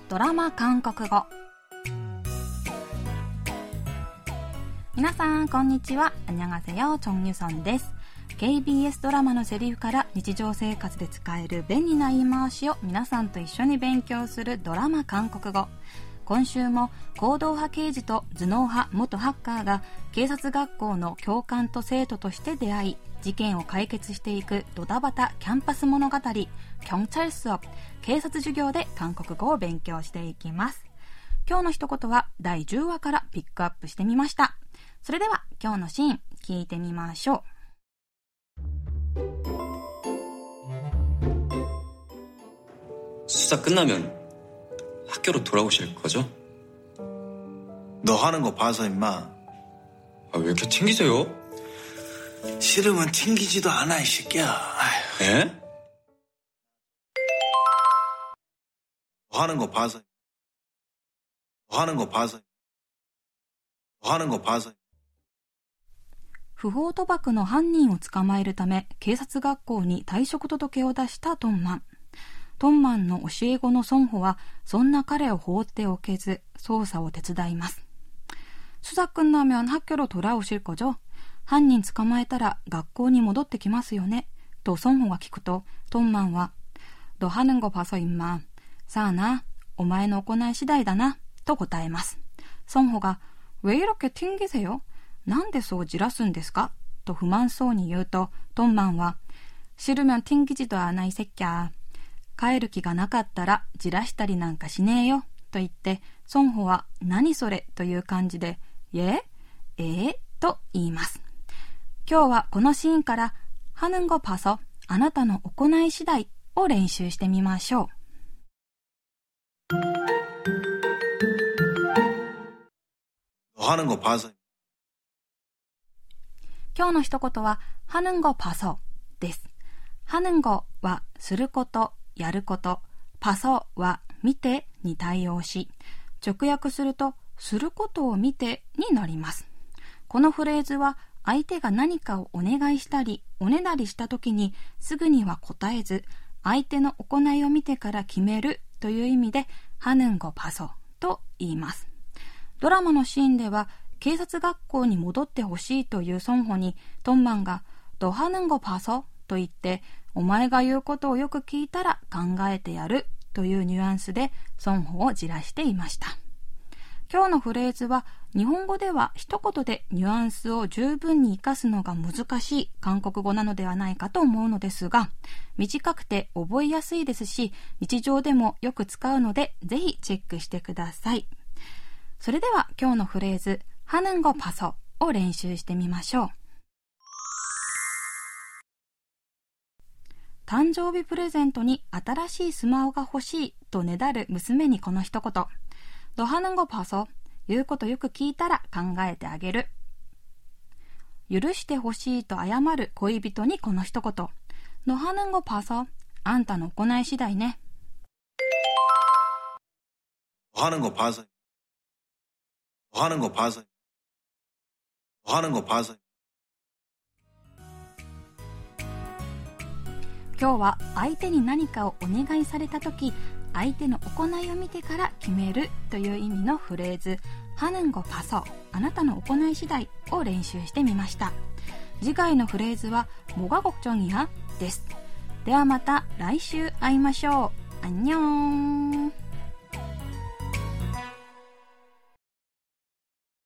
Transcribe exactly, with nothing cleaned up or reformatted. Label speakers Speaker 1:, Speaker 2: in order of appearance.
Speaker 1: ドラマ韓国語。皆さんこんにちは。안녕하세요。チョンユソンです。ケービーエス ドラマのセリフから日常生活で使える便利な言い回しを皆さんと一緒に勉強するドラマ韓国語。今週も行動派刑事と頭脳派元ハッカーが警察学校の教官と生徒として出会い、事件を解決していくドタバタキャンパス物語경찰수업、警察授業で韓国語を勉強していきます。今日の一言はだいじゅうわからピックアップしてみました。それでは今日のシーン聞いてみましょう。
Speaker 2: 수사끝나면 학교로 돌아오실 거죠?
Speaker 3: 너 하는 거 봐서 임마.
Speaker 2: 아, 왜 이렇게 튕기세요?
Speaker 3: 싫으면 튕기지도 않아 이 새끼야.
Speaker 2: 에?
Speaker 3: 너 하는 거 봐서 너 하는 거 봐서 너 하는 거 봐서
Speaker 1: 不法賭博の犯人を捕まえるため警察学校に退職届を出したトンマン。トンマンの教え子のソンホはそんな彼を放っておけず捜査を手伝います。수사끝나면학교로돌아오실거죠？犯人捕まえたら学校に戻ってきますよねとソンホが聞くと、トンマンは너하는거봐서임마、さあな、お前の行い次第だなと答えます。ソンホが왜이렇게튕기세요？なんでそうじらすんですかと不満そうに言うと、トンマンは싫으면튕기지도 않아 이 새끼야、帰る気がなかったらじらしたりなんかしねえよと言って、ソンホは何それという感じでええー、と言います。今日はこのシーンから하는 거 봐서、あなたの行い次第を練習してみましょう。
Speaker 3: 하는 거 봐서。
Speaker 1: 今日の一言は하는 거 봐서です。하는 거はすること、やること、봐서は見てに対応し、直訳するとすることを見てになります。このフレーズは相手が何かをお願いしたりおねだりした時にすぐには答えず、相手の行いを見てから決めるという意味で하는 거 봐서と言います。ドラマのシーンでは警察学校に戻ってほしいというソンホにトンマンが너하는 거 봐서と言って、お前が言うことをよく聞いたら考えてやるというニュアンスでソンホをじらしていました。今日のフレーズは日本語では一言でニュアンスを十分に活かすのが難しい韓国語なのではないかと思うのですが、短くて覚えやすいですし、日常でもよく使うのでぜひチェックしてください。それでは今日のフレーズ하는 거 봐서を練習してみましょう。誕生日プレゼントに新しいスマホが欲しいとねだる娘にこの一言。너하는 거 봐서、言うことよく聞いたら考えてあげる。許してほしいと謝る恋人にこの一言。너하는 거 봐서、あんたの行い次第ね。
Speaker 3: 너하는 거 봐서、너하는 거 봐서、너하는 거 봐서。
Speaker 1: 今日は相手に何かをお願いされたとき、相手の行いを見てから決めるという意味のフレーズ하는 거 봐서、あなたの行い次第を練習してみました。次回のフレーズは뭐가 걱정이야です。ではまた来週会いましょう。안녕。